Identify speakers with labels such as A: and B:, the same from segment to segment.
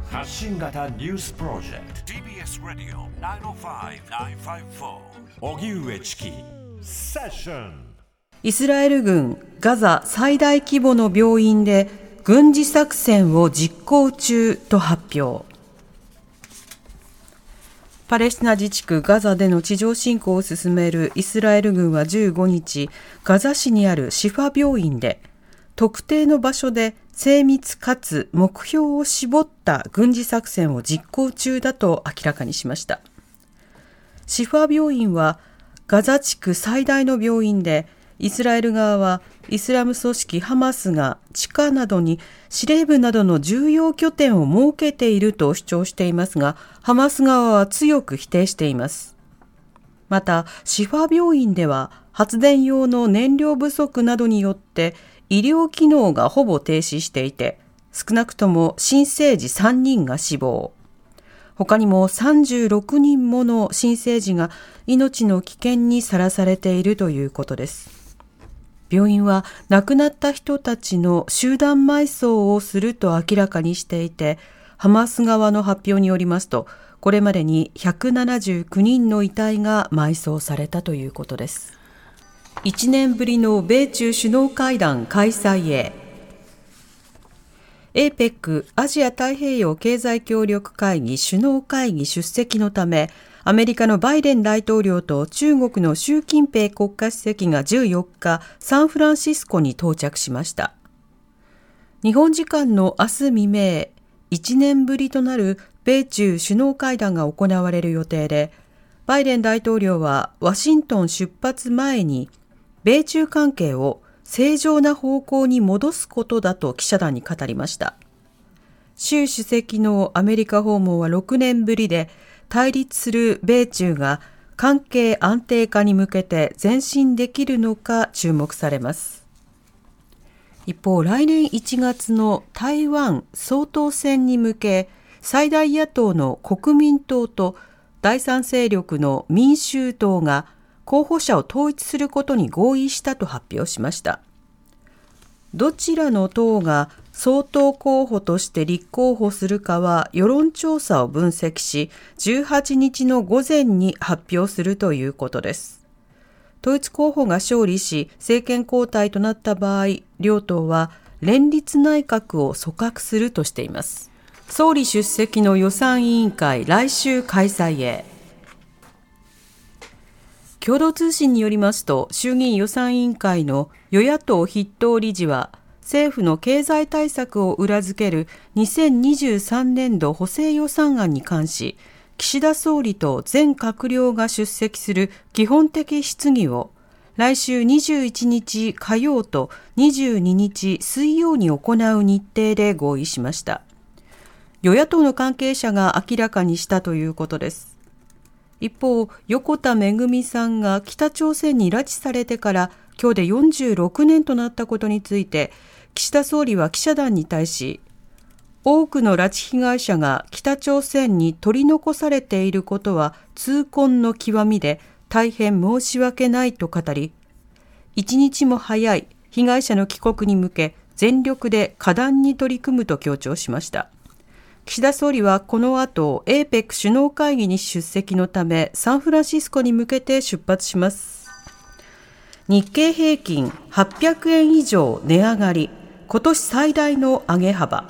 A: 発信型ニュースプロジェクト
B: TBS ラディオ905-954
A: 荻上チキセッション。
C: イスラエル軍ガザ最大規模の病院で軍事作戦を実行中と発表。パレスチナ自治区ガザでの地上侵攻を進めるイスラエル軍は15日、ガザ市にあるシファ病院で特定の場所で精密かつ目標を絞った軍事作戦を実行中だと明らかにしました。シファ病院はガザ地区最大の病院で、イスラエル側はイスラム組織ハマスが地下などに司令部などの重要拠点を設けていると主張していますが、ハマス側は強く否定しています。また、シファ病院では発電用の燃料不足などによって医療機能がほぼ停止していて、少なくとも新生児3人が死亡。他にも36人もの新生児が命の危険にさらされているということです。病院は亡くなった人たちの集団埋葬をすると明らかにしていて、ハマス側の発表によりますと、これまでに179人の遺体が埋葬されたということです。1年ぶりの米中首脳会談開催へ。APEC アジア太平洋経済協力会議首脳会議出席のため、アメリカのバイデン大統領と中国の習近平国家主席が14日、サンフランシスコに到着しました。日本時間の明日未明、1年ぶりとなる米中首脳会談が行われる予定で、バイデン大統領はワシントン出発前に、米中関係を正常な方向に戻すことだと記者団に語りました。習主席のアメリカ訪問は6年ぶりで、対立する米中が関係安定化に向けて前進できるのか注目されます。一方、来年1月の台湾総統選に向け、最大野党の国民党と第三勢力の民衆党が候補者を統一することに合意したと発表しました。どちらの党が総統候補として立候補するかは世論調査を分析し、18日の午前に発表するということです。統一候補が勝利し、政権交代となった場合、両党は連立内閣を組閣するとしています。総理出席の予算委員会、来週開催へ。共同通信によりますと、衆議院予算委員会の与野党筆頭理事は、政府の経済対策を裏付ける2023年度補正予算案に関し、岸田総理と全閣僚が出席する基本的質疑を来週21日火曜と22日水曜に行う日程で合意しました。与野党の関係者が明らかにしたということです。一方、横田めぐみさんが北朝鮮に拉致されてから今日で46年となったことについて、岸田総理は記者団に対し、多くの拉致被害者が北朝鮮に取り残されていることは痛恨の極みで大変申し訳ないと語り、一日も早い被害者の帰国に向け全力で果断に取り組むと強調しました。岸田総理はこの後 APEC 首脳会議に出席のためサンフランシスコに向けて出発します。日経平均800円以上値上がり、今年最大の上げ幅。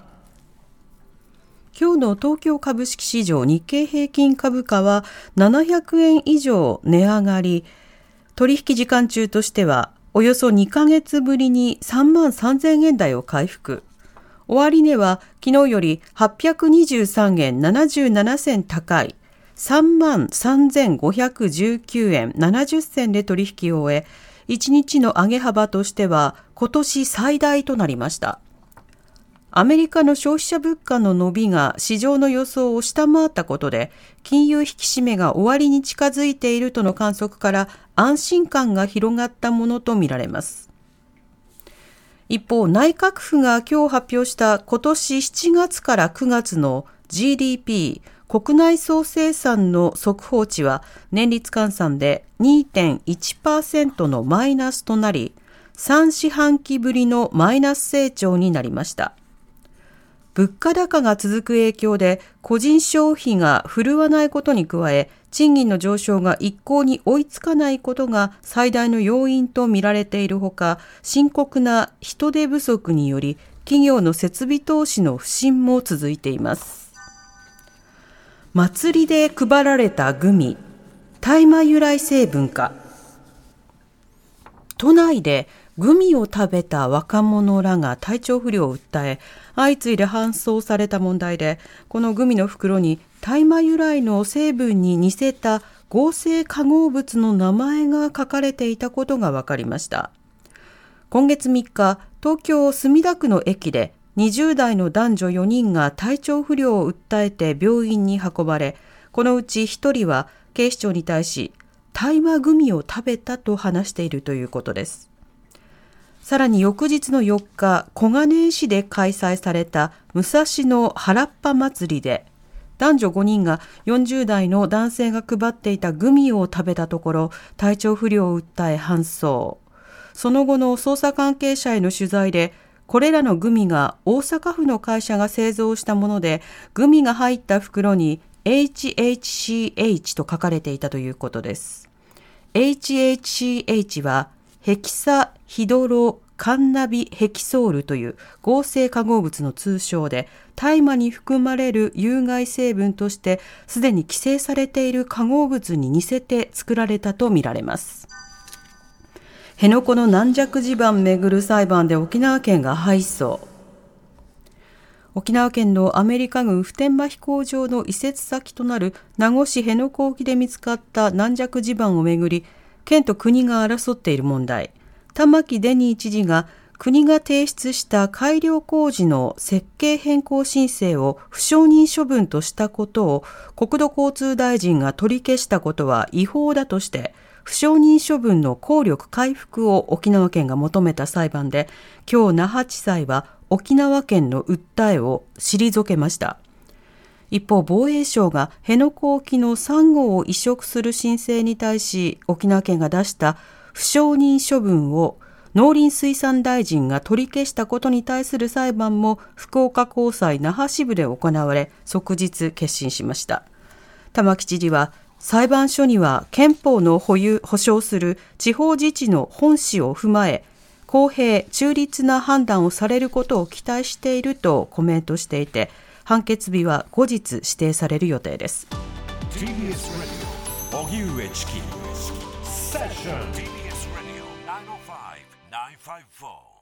C: 今日の東京株式市場日経平均株価は700円以上値上がり、取引時間中としてはおよそ2ヶ月ぶりに3万3000円台を回復。終値は昨日より823円77銭高い3万3519円70銭で取引を終え、1日の上げ幅としては今年最大となりました。アメリカの消費者物価の伸びが市場の予想を下回ったことで、金融引き締めが終わりに近づいているとの観測から安心感が広がったものとみられます。一方、内閣府が今日発表した今年7月から9月の GDP 国内総生産の速報値は年率換算で 2.1% のマイナスとなり、3四半期ぶりのマイナス成長になりました。 物価高が続く影響で個人消費が振るわないことに加え、賃金の上昇が一向に追いつかないことが最大の要因と見られているほか、深刻な人手不足により企業の設備投資の不振も続いています。祭りで配られたグミ、大麻由来成分か。都内でグミを食べた若者らが体調不良を訴え、相次いで搬送された問題で、このグミの袋に大麻由来の成分に似せた合成化合物の名前が書かれていたことが分かりました。今月3日、東京墨田区の駅で20代の男女4人が体調不良を訴えて病院に運ばれ、このうち1人は警視庁に対し、大麻グミを食べたと話しているということです。さらに翌日の4日、小金井市で開催された武蔵野原っぱ祭りで、男女5人が40代の男性が配っていたグミを食べたところ、体調不良を訴え搬送。その後の捜査関係者への取材で、これらのグミが大阪府の会社が製造したもので、グミが入った袋にHHCH と書かれていたということです。HHCH はヘキサヒドロカンナビヘキソールという合成化合物の通称で、大麻に含まれる有害成分としてすでに規制されている化合物に似せて作られたとみられます。辺野古の軟弱地盤めぐる裁判で沖縄県が敗訴。沖縄県のアメリカ軍普天間飛行場の移設先となる名護市辺野古沖で見つかった軟弱地盤をめぐり、県と国が争っている問題。玉城デニー知事が国が提出した改良工事の設計変更申請を不承認処分としたことを国土交通大臣が取り消したことは違法だとして、不承認処分の効力回復を沖縄県が求めた裁判で、今日那覇地裁は沖縄県の訴えを退けました。一方、防衛省が辺野古沖のサンゴを移植する申請に対し、沖縄県が出した不承認処分を農林水産大臣が取り消したことに対する裁判も福岡高裁那覇支部で行われ、即日結審しました。玉城知事は、裁判所には憲法の保障する地方自治の本旨を踏まえ、公平・中立な判断をされることを期待しているとコメントしていて、判決日は後日指定される予定です。
A: TBS Radio 荻上チキセッション
B: TBS Radio 905-954